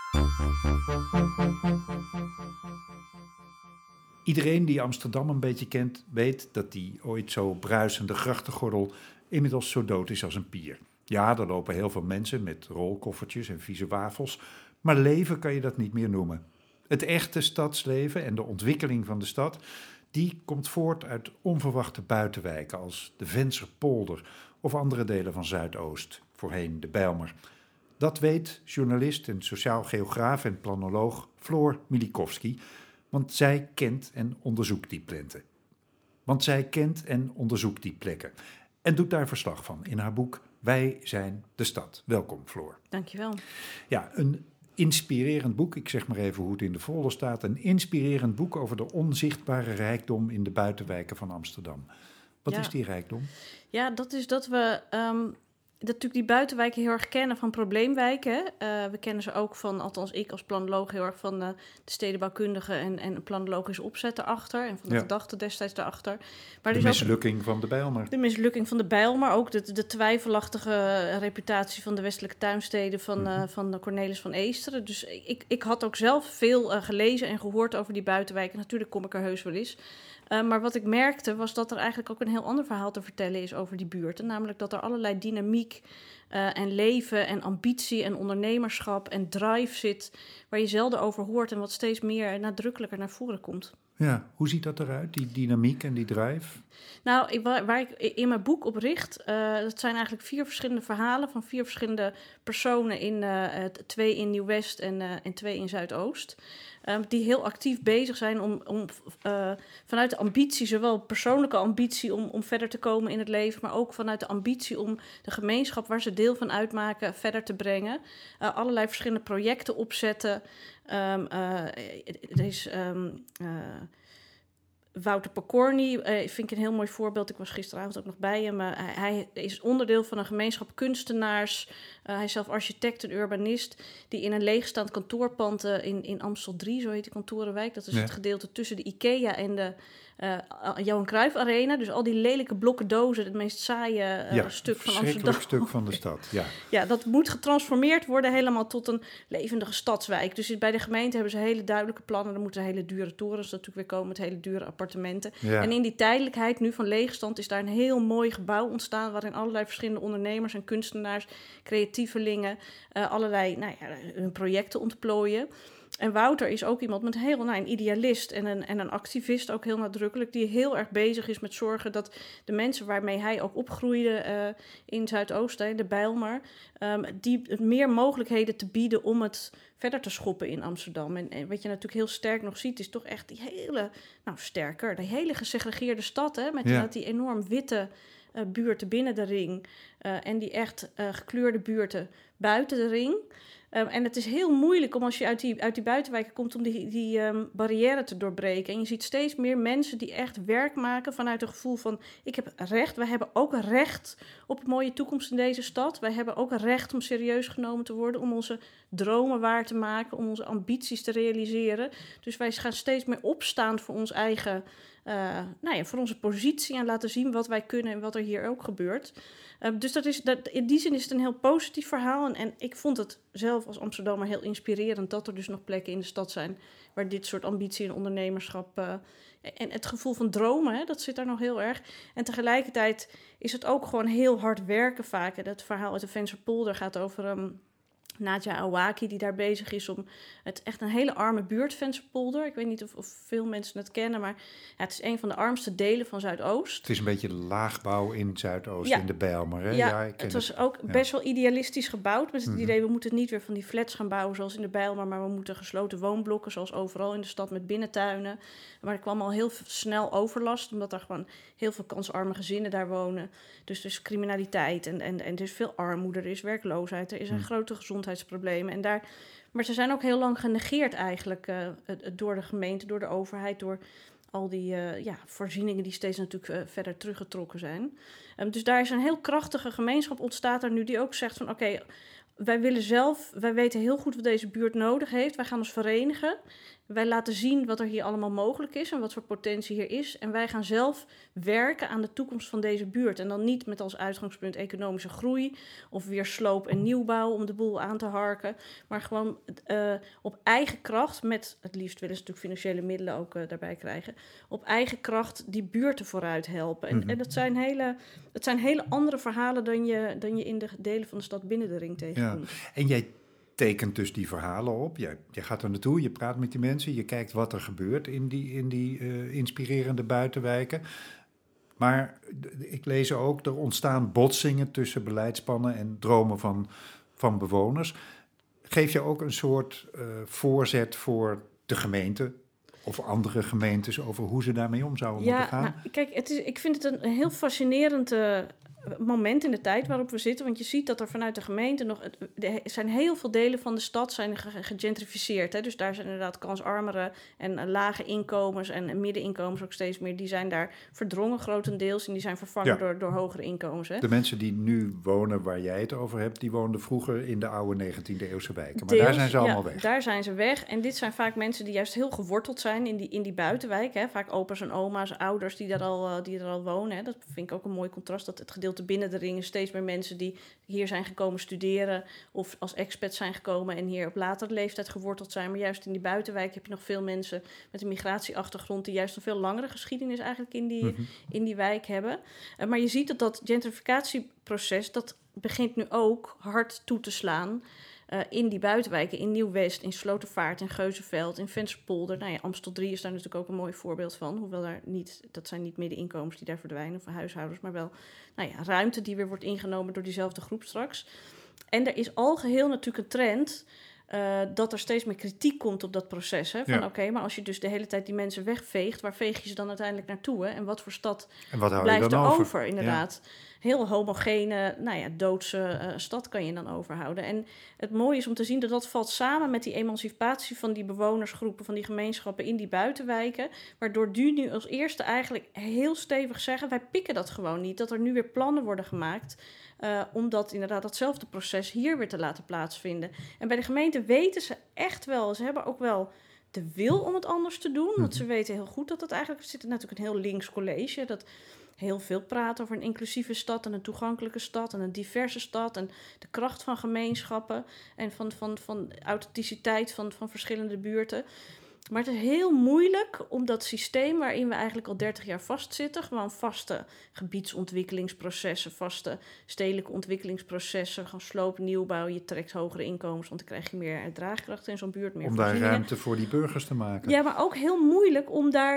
Iedereen die Amsterdam een beetje kent, weet dat die ooit zo bruisende grachtengordel inmiddels zo dood is als een pier. Ja, er lopen heel veel mensen met rolkoffertjes en vieze wafels, maar leven kan je dat niet meer noemen. Het echte stadsleven en de ontwikkeling van de stad, die komt voort uit onverwachte buitenwijken als de Vensterpolder of andere delen van Zuidoost, voorheen de Bijlmer. Dat weet journalist en sociaal geograaf en planoloog Floor Milikowski, want zij kent en onderzoekt die plekken. En doet daar verslag van in haar boek Wij zijn de stad. Welkom, Floor. Dankjewel. Ja, een inspirerend boek. Ik zeg maar even hoe het in de folder staat. Een inspirerend boek over de onzichtbare rijkdom in de buitenwijken van Amsterdam. Wat is die rijkdom? Ja, dat is dat we natuurlijk die buitenwijken heel erg kennen van probleemwijken. We kennen ze ook van, althans ik als planoloog, heel erg van de stedenbouwkundige en planologische opzet erachter. En van de gedachte destijds daarachter. Maar de mislukking van de Bijlmer. De mislukking van de Bijlmer, ook de twijfelachtige reputatie van de westelijke tuinsteden van Cornelis van Eesteren. Dus ik had ook zelf veel gelezen en gehoord over die buitenwijken. Natuurlijk kom ik er heus wel eens. Maar wat ik merkte was dat er eigenlijk ook een heel ander verhaal te vertellen is over die buurten. Namelijk dat er allerlei dynamiek en leven en ambitie en ondernemerschap en drive zit waar je zelden over hoort en wat steeds meer nadrukkelijker naar voren komt. Ja, hoe ziet dat eruit, die dynamiek en die drive? Nou, waar ik in mijn boek op richt, dat zijn eigenlijk 4 verschillende verhalen van 4 verschillende personen, 2 in Nieuw-West en 2 in Zuidoost. Die heel actief bezig zijn om vanuit de ambitie, zowel persoonlijke ambitie om verder te komen in het leven, maar ook vanuit de ambitie om de gemeenschap waar ze deel van uitmaken verder te brengen. Allerlei verschillende projecten opzetten. Er is Wouter Pokorny, vind ik een heel mooi voorbeeld. Ik was gisteravond ook nog bij hem. Hij is onderdeel van een gemeenschap kunstenaars. Hij is zelf architect en urbanist die in een leegstaand kantoorpand in Amstel 3, zo heet de kantorenwijk. Dat is het gedeelte tussen de IKEA en de Johan Cruijff Arena. Dus al die lelijke blokken dozen, het meest saaie stuk van Amsterdam. Stuk van de stad, ja. Ja, dat moet getransformeerd worden helemaal tot een levendige stadswijk. Dus bij de gemeente hebben ze hele duidelijke plannen. Er moeten hele dure torens natuurlijk weer komen met hele dure appartementen. Ja. En in die tijdelijkheid nu van leegstand is daar een heel mooi gebouw ontstaan waarin allerlei verschillende ondernemers en kunstenaars, creatievelingen, allerlei hun projecten ontplooien. En Wouter is ook iemand met een idealist en een activist, ook heel nadrukkelijk, die heel erg bezig is met zorgen dat de mensen waarmee hij ook opgroeide in Zuidoost, de Bijlmer, die meer mogelijkheden te bieden om het verder te schoppen in Amsterdam. En wat je natuurlijk heel sterk nog ziet, is toch echt die hele gesegregeerde stad, met die enorm witte buurten binnen de ring en die echt gekleurde buurten buiten de ring. En het is heel moeilijk om als je uit die buitenwijken komt om die barrière te doorbreken. En je ziet steeds meer mensen die echt werk maken vanuit het gevoel van ik heb recht. Wij hebben ook recht op een mooie toekomst in deze stad. Wij hebben ook recht om serieus genomen te worden, om onze dromen waar te maken, om onze ambities te realiseren. Dus wij gaan steeds meer opstaan voor ons eigen, voor onze positie en laten zien wat wij kunnen en wat er hier ook gebeurt. Dus in die zin is het een heel positief verhaal. En ik vond het zelf als Amsterdammer heel inspirerend dat er dus nog plekken in de stad zijn waar dit soort ambitie en ondernemerschap en het gevoel van dromen, dat zit daar nog heel erg. En tegelijkertijd is het ook gewoon heel hard werken vaak. Dat verhaal uit de Vensterpolder gaat over Nadja Awaki, die daar bezig is om het echt een hele arme buurt, Vensterpolder. Ik weet niet of veel mensen het kennen, maar het is een van de armste delen van Zuidoost. Het is een beetje laagbouw in Zuidoost, in de Bijlmer. Hè? Ja, het was ook best wel idealistisch gebouwd. Met het idee, we moeten niet weer van die flats gaan bouwen zoals in de Bijlmer, maar we moeten gesloten woonblokken zoals overal in de stad met binnentuinen. Maar er kwam al heel snel overlast, omdat er gewoon heel veel kansarme gezinnen daar wonen. Dus criminaliteit en er is veel armoede, er is werkloosheid, er is een grote gezondheidsproblemen. Maar ze zijn ook heel lang genegeerd eigenlijk door de gemeente, door de overheid, door al die voorzieningen die steeds natuurlijk verder teruggetrokken zijn. Dus daar is een heel krachtige gemeenschap ontstaat er nu die ook zegt van oké, wij weten heel goed wat deze buurt nodig heeft. Wij gaan ons verenigen. Wij laten zien wat er hier allemaal mogelijk is en wat voor potentie hier is. En wij gaan zelf werken aan de toekomst van deze buurt. En dan niet met als uitgangspunt economische groei of weer sloop en nieuwbouw om de boel aan te harken. Maar gewoon op eigen kracht, met het liefst willen ze natuurlijk financiële middelen ook daarbij krijgen. Op eigen kracht die buurten vooruit helpen. En dat zijn hele andere verhalen dan je in de delen van de stad binnen de ring tegenkomt. Ja. En jij tekent dus die verhalen op. Je gaat er naartoe, je praat met die mensen, je kijkt wat er gebeurt in die inspirerende buitenwijken. Maar ik lees ook, er ontstaan botsingen tussen beleidsplannen en dromen van bewoners. Geef je ook een soort voorzet voor de gemeente of andere gemeentes over hoe ze daarmee om zouden moeten gaan? Nou, kijk, ik vind het een heel fascinerend moment in de tijd waarop we zitten. Want je ziet dat er vanuit de gemeente er zijn heel veel delen van de stad zijn gegentrificeerd. Hè? Dus daar zijn inderdaad kansarmere en lage inkomens en middeninkomens ook steeds meer. Die zijn daar verdrongen grotendeels en die zijn vervangen door hogere inkomens. Hè? De mensen die nu wonen waar jij het over hebt, die woonden vroeger in de oude 19e eeuwse wijken. Maar daar zijn ze allemaal weg. Daar zijn ze weg. En dit zijn vaak mensen die juist heel geworteld zijn in die buitenwijk. Hè? Vaak opa's en oma's, ouders die er al wonen. Hè? Dat vind ik ook een mooi contrast, dat het gedeelte binnen de ringen steeds meer mensen die hier zijn gekomen studeren of als expats zijn gekomen en hier op latere leeftijd geworteld zijn. Maar juist in die buitenwijk heb je nog veel mensen met een migratieachtergrond die juist een veel langere geschiedenis eigenlijk in die wijk hebben. Maar je ziet dat gentrificatieproces, dat begint nu ook hard toe te slaan in die buitenwijken, in Nieuw-West, in Slotervaart, in Geuzenveld, in Vensterpolder. Nou ja, Amstel 3 is daar natuurlijk ook een mooi voorbeeld van. Hoewel dat zijn niet middeninkomens die daar verdwijnen voor huishoudens, maar wel ruimte die weer wordt ingenomen door diezelfde groep straks. En er is algeheel natuurlijk een trend dat er steeds meer kritiek komt op dat proces. Hè? Van oké, maar als je dus de hele tijd die mensen wegveegt, waar veeg je ze dan uiteindelijk naartoe? Hè? En wat voor stad blijft er over inderdaad? Ja. Heel homogene, doodse stad kan je dan overhouden. En het mooie is om te zien dat valt samen met die emancipatie van die bewonersgroepen, van die gemeenschappen in die buitenwijken, waardoor die nu als eerste eigenlijk heel stevig zeggen, wij pikken dat gewoon niet. Dat er nu weer plannen worden gemaakt om inderdaad datzelfde proces hier weer te laten plaatsvinden. En bij de gemeente weten ze echt wel, ze hebben ook wel de wil om het anders te doen, want ze weten heel goed dat het eigenlijk, er zit natuurlijk een heel links college, dat heel veel praat over een inclusieve stad en een toegankelijke stad en een diverse stad en de kracht van gemeenschappen en van authenticiteit van verschillende buurten. Maar het is heel moeilijk om dat systeem waarin we eigenlijk al 30 jaar vastzitten, gewoon vaste gebiedsontwikkelingsprocessen, vaste stedelijke ontwikkelingsprocessen, gewoon sloop, nieuwbouw, je trekt hogere inkomens, want dan krijg je meer draagkracht in zo'n buurt, meer om daar ruimte voor die burgers te maken. Ja, maar ook heel moeilijk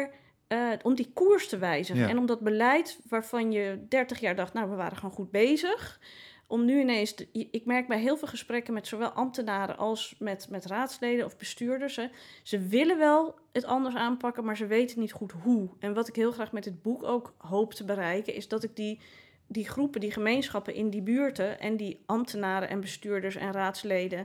om die koers te wijzigen. Ja. En om dat beleid waarvan je 30 jaar dacht, we waren gewoon goed bezig, om nu ineens, ik merk bij heel veel gesprekken met zowel ambtenaren als met raadsleden of bestuurders, ze willen wel het anders aanpakken, maar ze weten niet goed hoe. En wat ik heel graag met dit boek ook hoop te bereiken, is dat ik die groepen, die gemeenschappen in die buurten en die ambtenaren en bestuurders en raadsleden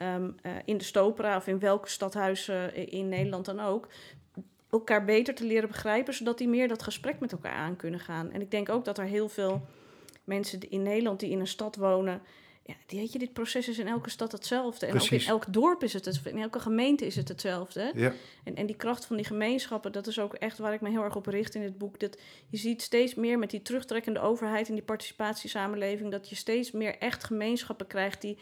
in de Stopera of in welk stadhuis in Nederland dan ook, elkaar beter te leren begrijpen, zodat die meer dat gesprek met elkaar aan kunnen gaan. En ik denk ook dat er heel veel mensen in Nederland die in een stad wonen, dit proces is in elke stad hetzelfde. En Precies. ook in elk dorp is het, in elke gemeente is het hetzelfde. Ja. En die kracht van die gemeenschappen, dat is ook echt waar ik me heel erg op richt in dit boek. Dat je ziet steeds meer met die terugtrekkende overheid en die participatiesamenleving, dat je steeds meer echt gemeenschappen krijgt die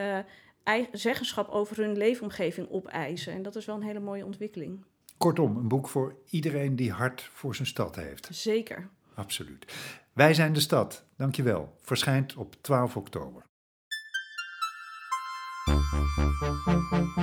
zeggenschap over hun leefomgeving opeisen. En dat is wel een hele mooie ontwikkeling. Kortom, een boek voor iedereen die hart voor zijn stad heeft. Zeker. Absoluut. Wij zijn de stad. Dankjewel. Verschijnt op 12 oktober.